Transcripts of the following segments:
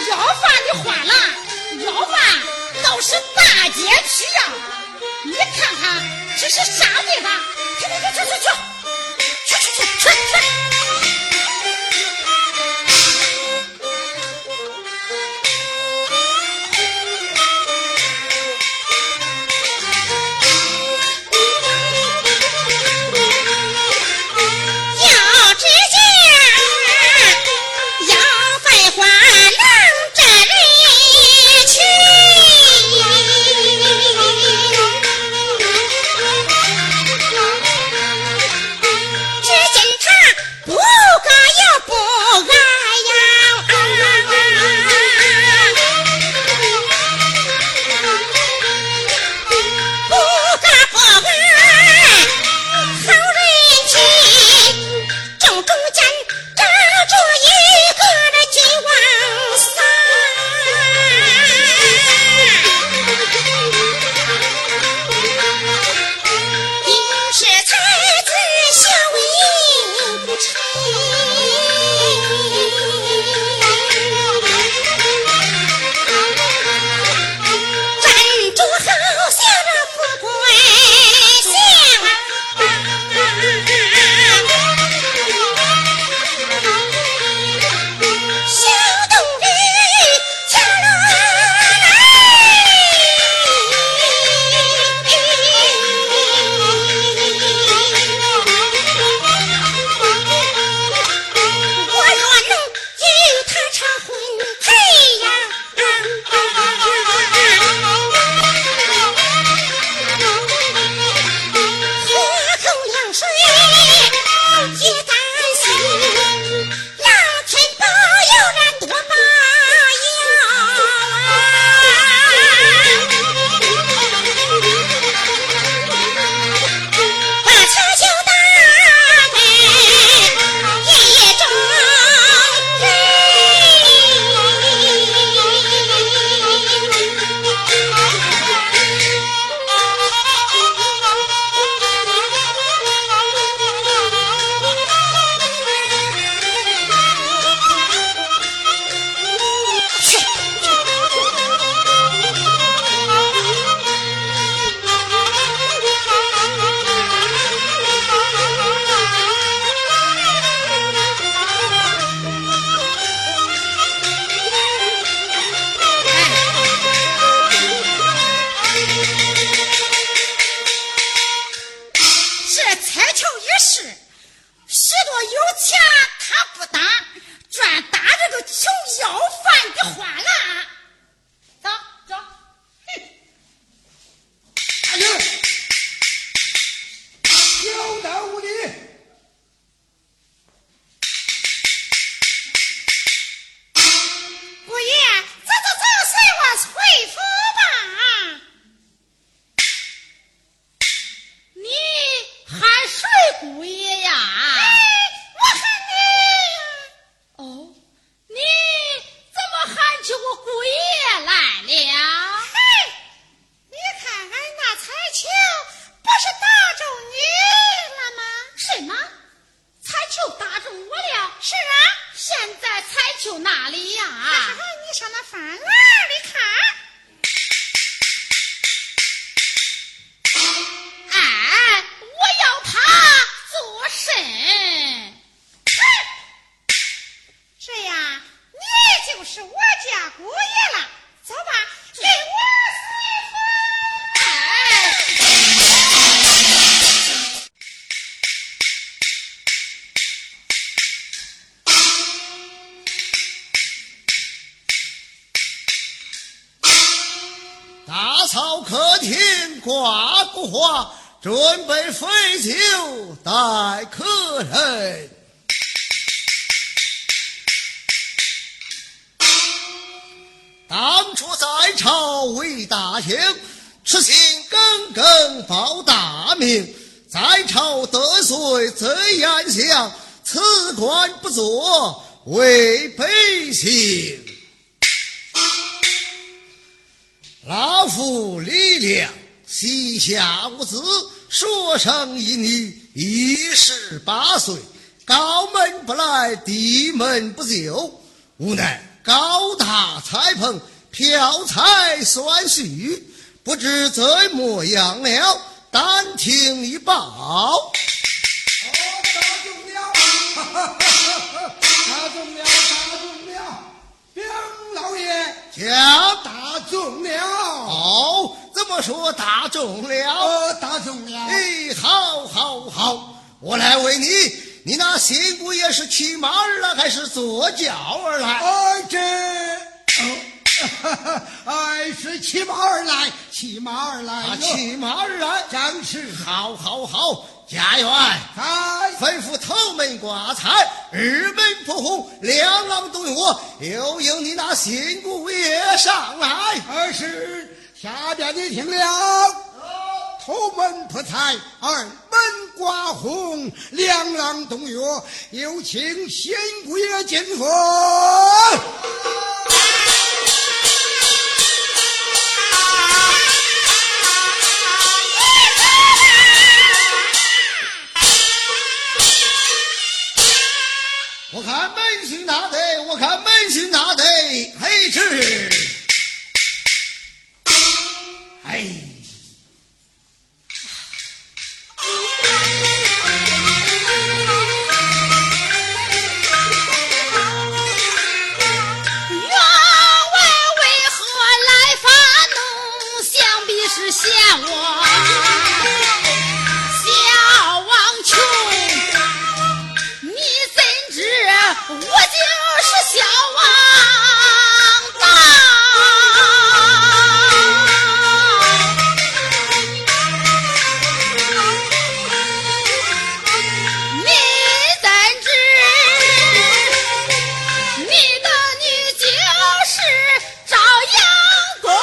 要饭的花篮，要饭都是大街区呀！你看看这是啥地方？去！ 大草客厅挂过花，准备废酒待客人。当初在朝为大兴，痴心耿耿报大名，在朝得罪贼眼相，辞官不做为百姓。老夫李良膝下无子，所生一女，18岁，高门不来，低门不就，无奈高大彩棚，飘彩算序，不知怎么样了，但听你报。 打中了，禀老爷， 讲打中了。 哦，怎么说打中了？ 打中了。 哎，好，我来问你，你那新姑爷是骑马而来，还是坐轿而来？ 是骑马而来，骑马而来，正是。 好，家园，吩咐头门挂彩，二门铺红，两廊都用我，又迎你那新姑爷上来。 是，下边你听了。头门铺彩，二门挂红，两廊动乐，有请新姑爷进府。 我看门训拿得，嘿是，哎。 嫌我小王穷，你怎知我就是小王大？你怎知你的女就是赵阳公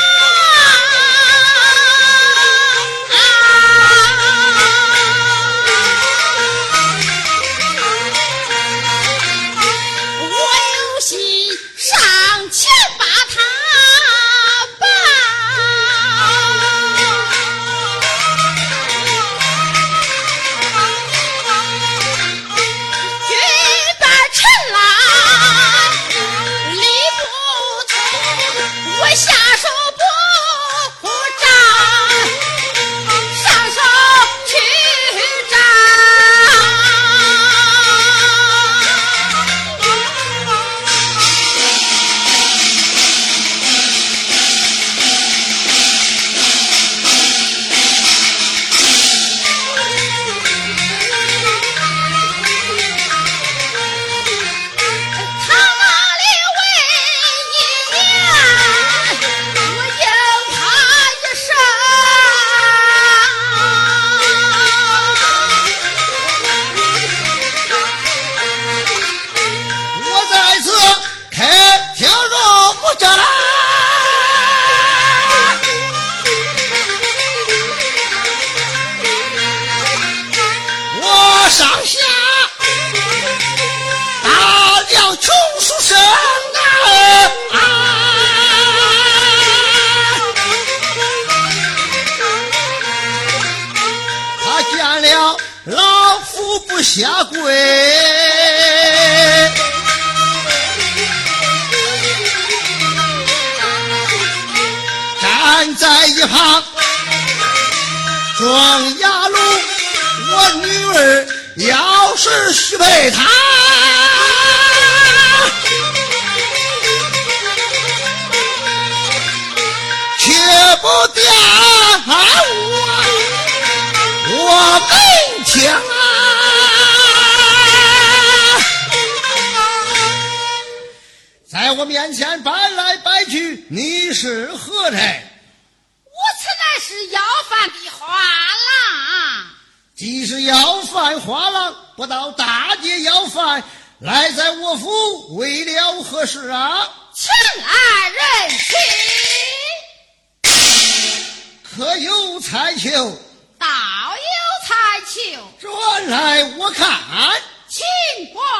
下跪，站在一旁装哑路，我女儿要是许配他，却不掉我门前啊！在我面前摆来摆去，你是何人？ 我此乃是要饭的花郎。 既是要饭花郎，不到大街要饭，来在我府为了何事啊？ 请来人去。 可有彩球？ 倒有彩球。 转来我看。 请光。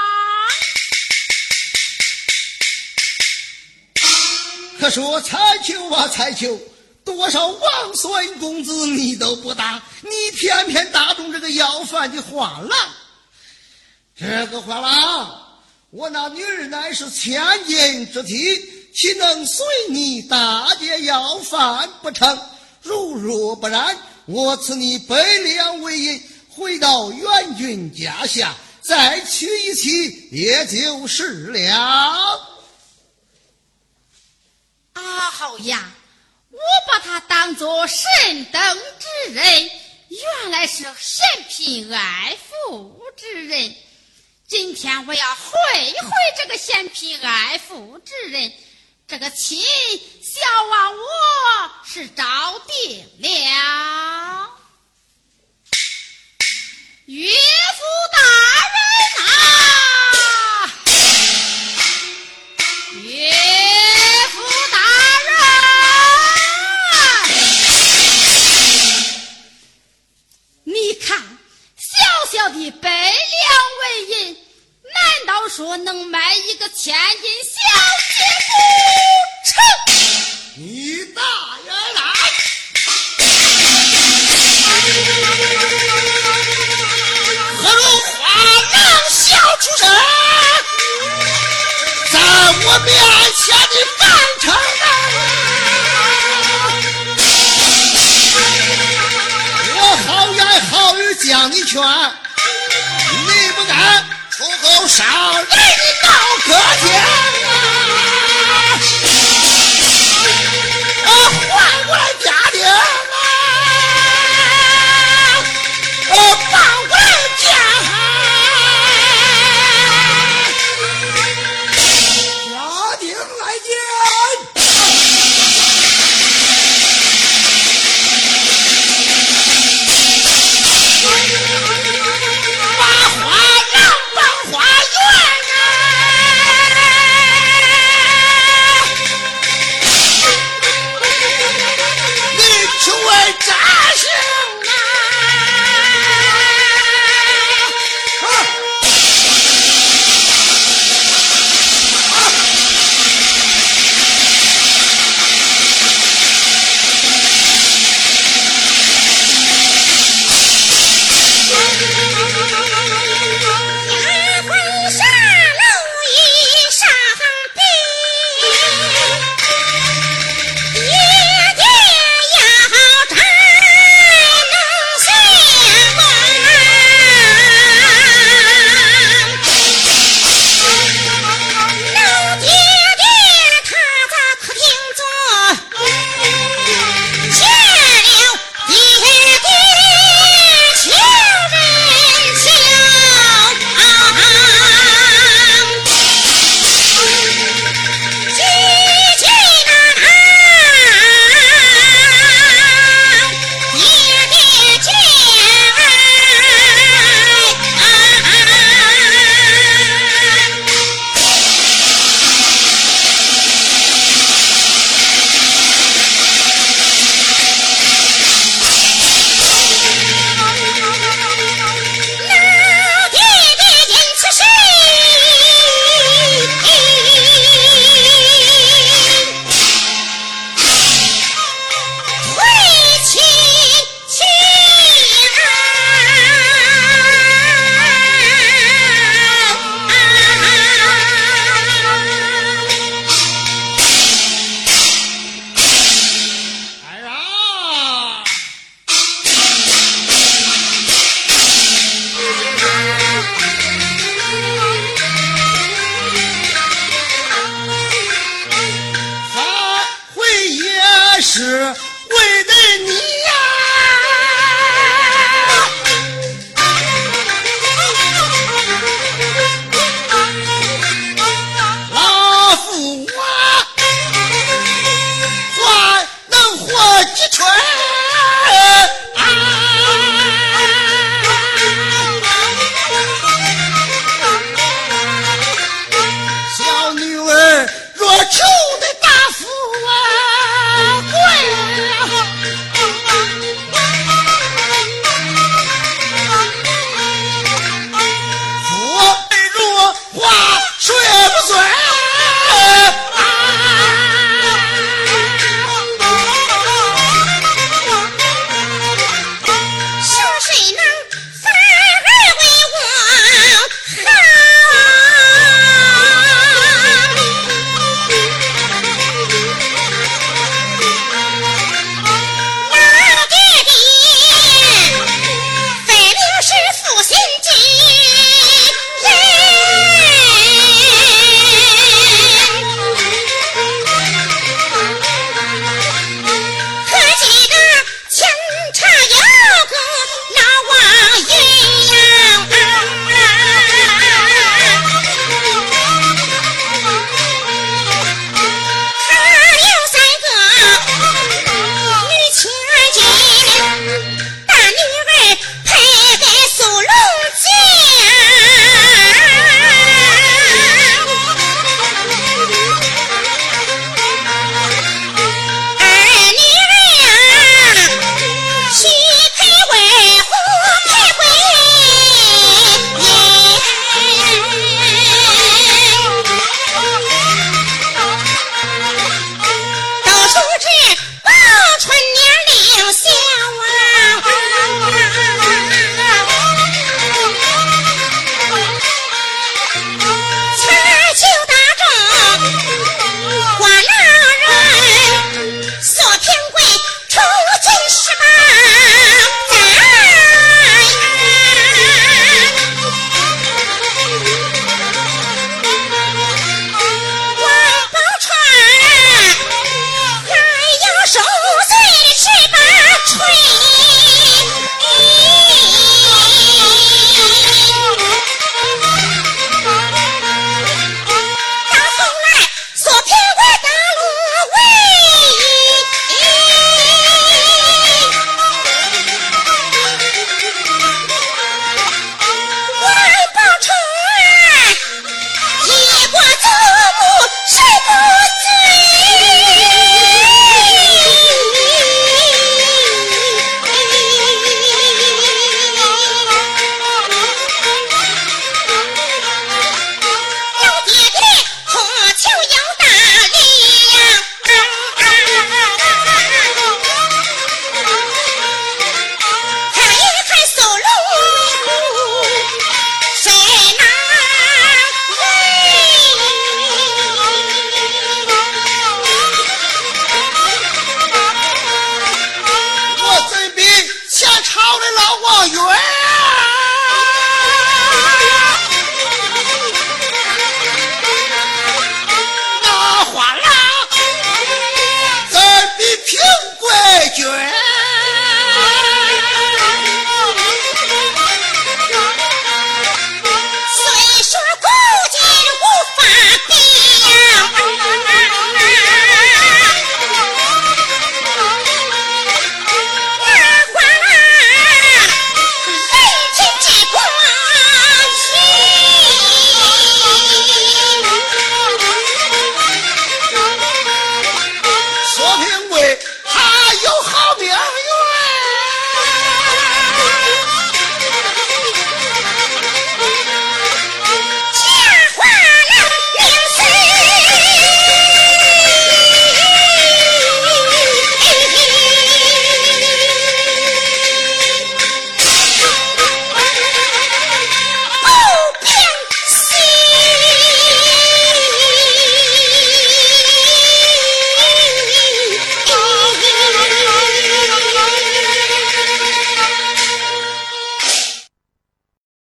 可说彩球啊彩球，多少王孙公子你都不打，你偏偏打中这个要饭的花郎。这个花郎我那女儿乃是千金之体，岂能随你大姐要饭不成？若不然，我赐你100两为银，回到元军家下，再娶一妻也就是了。 啊，好呀，我把他当作神等之人，原来是神品爱妇之人。今天我要会这个贤嫔爱妇之人，这个亲小王我是招定了。岳父大人啊，岳父大人，你看小小的100两为银，难道说能买一个千金小姐不成？ 你大人来！何如花郎笑出声，在我面前的干成我好言好语将你劝，你不敢出口伤人的高歌。